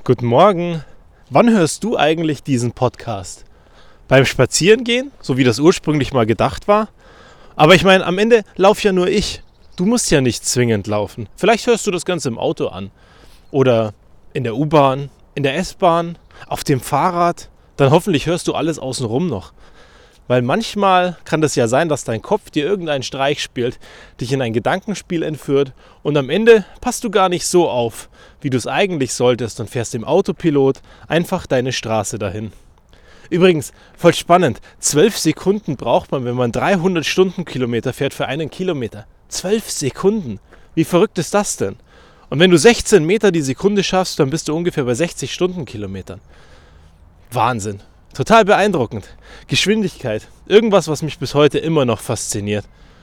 Guten Morgen. Wann hörst du eigentlich diesen Podcast? Beim Spazierengehen, so wie das ursprünglich mal gedacht war? Aber ich meine, am Ende lauf ja nur ich. Du musst ja nicht zwingend laufen. Vielleicht hörst du das Ganze im Auto an. Oder in der U-Bahn, in der S-Bahn, auf dem Fahrrad. Dann hoffentlich hörst du alles außenrum noch. Weil manchmal kann das ja sein, dass dein Kopf dir irgendeinen Streich spielt, dich in ein Gedankenspiel entführt und am Ende passt du gar nicht so auf, wie du es eigentlich solltest und fährst im Autopilot einfach deine Straße dahin. Übrigens, voll spannend, 12 Sekunden braucht man, wenn man 300 Stundenkilometer fährt für einen Kilometer. 12 Sekunden! Wie verrückt ist das denn? Und wenn du 16 Meter die Sekunde schaffst, dann bist du ungefähr bei 60 Stundenkilometern. Wahnsinn! Total beeindruckend. Geschwindigkeit. Irgendwas, was mich bis heute immer noch fasziniert.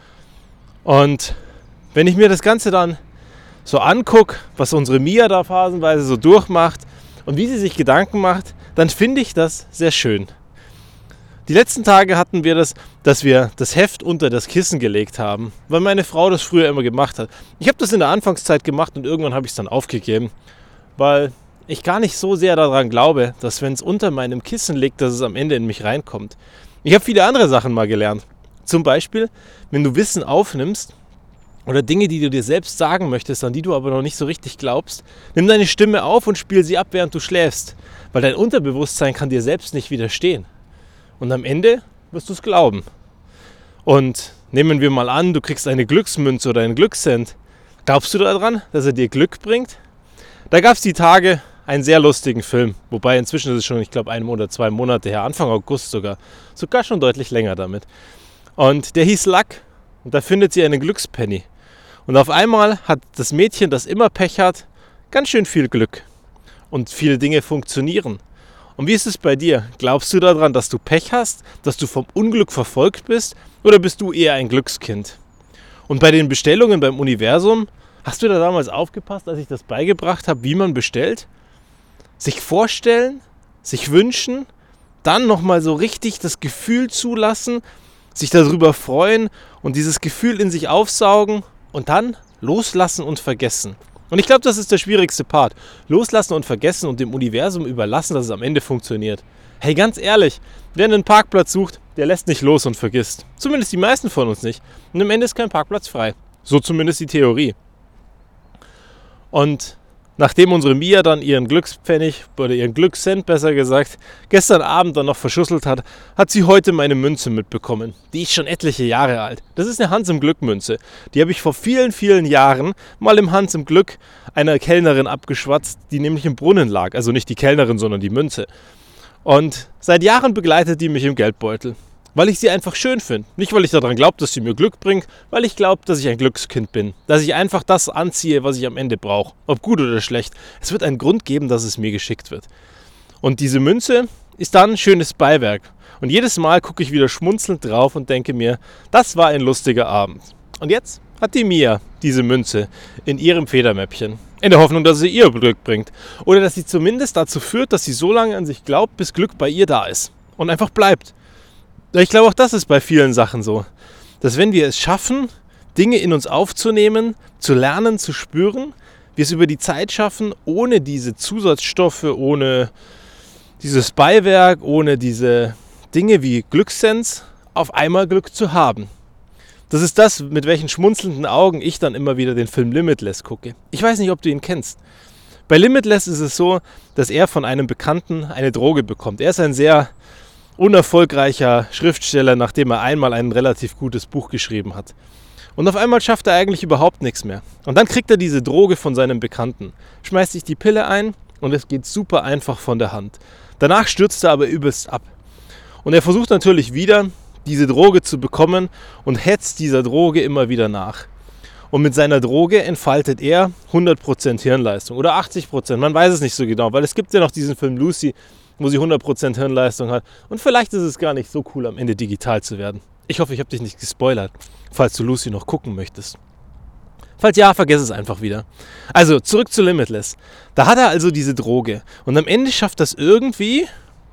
Und wenn ich mir das Ganze dann so angucke, was unsere Mia da phasenweise so durchmacht und wie sie sich Gedanken macht, dann finde ich das sehr schön. Die letzten Tage hatten wir das, dass wir das Heft unter das Kissen gelegt haben, weil meine Frau das früher immer gemacht hat. Ich habe das in der Anfangszeit gemacht und irgendwann habe ich es dann aufgegeben, weil ich gar nicht so sehr daran glaube, dass wenn es unter meinem Kissen liegt, dass es am Ende in mich reinkommt. Ich habe viele andere Sachen mal gelernt. Zum Beispiel, wenn du Wissen aufnimmst oder Dinge, die du dir selbst sagen möchtest, an die du aber noch nicht so richtig glaubst, nimm deine Stimme auf und spiel sie ab, während du schläfst. Weil dein Unterbewusstsein kann dir selbst nicht widerstehen. Und am Ende wirst du es glauben. Und nehmen wir mal an, du kriegst eine Glücksmünze oder einen Glückscent. Glaubst du daran, dass er dir Glück bringt? Da gab es die Tage einen sehr lustigen Film, wobei inzwischen ist es schon, ich glaube, 1 oder 2 Monate her, Anfang August sogar schon deutlich länger damit. Und der hieß Luck und da findet sie einen Glückspenny. Und auf einmal hat das Mädchen, das immer Pech hat, ganz schön viel Glück und viele Dinge funktionieren. Und wie ist es bei dir? Glaubst du daran, dass du Pech hast, dass du vom Unglück verfolgt bist oder bist du eher ein Glückskind? Und bei den Bestellungen beim Universum, hast du da damals aufgepasst, als ich das beigebracht habe, wie man bestellt? Sich vorstellen, sich wünschen, dann nochmal so richtig das Gefühl zulassen, sich darüber freuen und dieses Gefühl in sich aufsaugen und dann loslassen und vergessen. Und ich glaube, das ist der schwierigste Part. Loslassen und vergessen und dem Universum überlassen, dass es am Ende funktioniert. Hey, ganz ehrlich, wer einen Parkplatz sucht, der lässt nicht los und vergisst. Zumindest die meisten von uns nicht. Und am Ende ist kein Parkplatz frei. So zumindest die Theorie. Und nachdem unsere Mia dann ihren Glückspfennig oder ihren Glückscent besser gesagt gestern Abend dann noch verschusselt hat, hat sie heute meine Münze mitbekommen. Die ist schon etliche Jahre alt. Das ist eine Hans im Glück Münze. Die habe ich vor vielen, vielen Jahren mal im Hans im Glück einer Kellnerin abgeschwatzt, die nämlich im Brunnen lag. Also nicht die Kellnerin, sondern die Münze. Und seit Jahren begleitet die mich im Geldbeutel. Weil ich sie einfach schön finde. Nicht, weil ich daran glaube, dass sie mir Glück bringt, weil ich glaube, dass ich ein Glückskind bin. Dass ich einfach das anziehe, was ich am Ende brauche. Ob gut oder schlecht. Es wird einen Grund geben, dass es mir geschickt wird. Und diese Münze ist dann ein schönes Beiwerk. Und jedes Mal gucke ich wieder schmunzelnd drauf und denke mir, das war ein lustiger Abend. Und jetzt hat die Mia diese Münze in ihrem Federmäppchen. In der Hoffnung, dass sie ihr Glück bringt. Oder dass sie zumindest dazu führt, dass sie so lange an sich glaubt, bis Glück bei ihr da ist. Und einfach bleibt. Ich glaube, auch das ist bei vielen Sachen so, dass wenn wir es schaffen, Dinge in uns aufzunehmen, zu lernen, zu spüren, wir es über die Zeit schaffen, ohne diese Zusatzstoffe, ohne dieses Beiwerk, ohne diese Dinge wie Glückssens, auf einmal Glück zu haben. Das ist das, mit welchen schmunzelnden Augen ich dann immer wieder den Film Limitless gucke. Ich weiß nicht, ob du ihn kennst. Bei Limitless ist es so, dass er von einem Bekannten eine Droge bekommt. Er ist ein sehr unerfolgreicher Schriftsteller, nachdem er einmal ein relativ gutes Buch geschrieben hat. Und auf einmal schafft er eigentlich überhaupt nichts mehr. Und dann kriegt er diese Droge von seinem Bekannten, schmeißt sich die Pille ein und es geht super einfach von der Hand. Danach stürzt er aber übelst ab. Und er versucht natürlich wieder, diese Droge zu bekommen und hetzt dieser Droge immer wieder nach. Und mit seiner Droge entfaltet er 100% Hirnleistung oder 80%, man weiß es nicht so genau, weil es gibt ja noch diesen Film Lucy, wo sie 100% Hirnleistung hat. Und vielleicht ist es gar nicht so cool, am Ende digital zu werden. Ich hoffe, ich habe dich nicht gespoilert, falls du Lucy noch gucken möchtest. Falls ja, vergiss es einfach wieder. Also, zurück zu Limitless. Da hat er also diese Droge. Und am Ende schafft das irgendwie,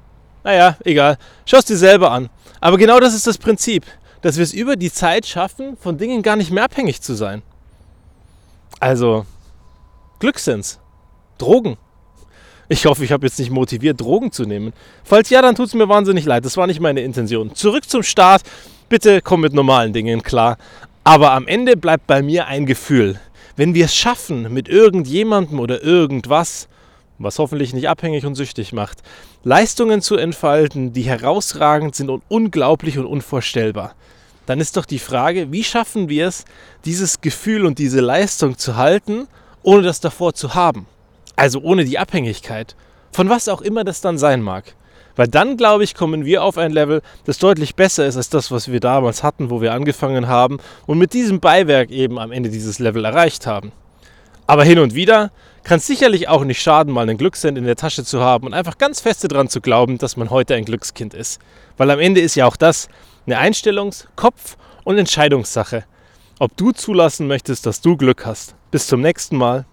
naja, egal, schau es dir selber an. Aber genau das ist das Prinzip, dass wir es über die Zeit schaffen, von Dingen gar nicht mehr abhängig zu sein. Also, Glückssens, Drogen. Ich hoffe, ich habe jetzt nicht motiviert, Drogen zu nehmen. Falls ja, dann tut es mir wahnsinnig leid. Das war nicht meine Intention. Zurück zum Start. Bitte komm mit normalen Dingen klar. Aber am Ende bleibt bei mir ein Gefühl. Wenn wir es schaffen, mit irgendjemandem oder irgendwas, was hoffentlich nicht abhängig und süchtig macht, Leistungen zu entfalten, die herausragend sind und unglaublich und unvorstellbar, dann ist doch die Frage, wie schaffen wir es, dieses Gefühl und diese Leistung zu halten, ohne das davor zu haben? Also ohne die Abhängigkeit, von was auch immer das dann sein mag. Weil dann, glaube ich, kommen wir auf ein Level, das deutlich besser ist als das, was wir damals hatten, wo wir angefangen haben und mit diesem Beiwerk eben am Ende dieses Level erreicht haben. Aber hin und wieder kann es sicherlich auch nicht schaden, mal einen Glückscent in der Tasche zu haben und einfach ganz feste dran zu glauben, dass man heute ein Glückskind ist. Weil am Ende ist ja auch das eine Einstellungs-, Kopf- und Entscheidungssache. Ob du zulassen möchtest, dass du Glück hast. Bis zum nächsten Mal.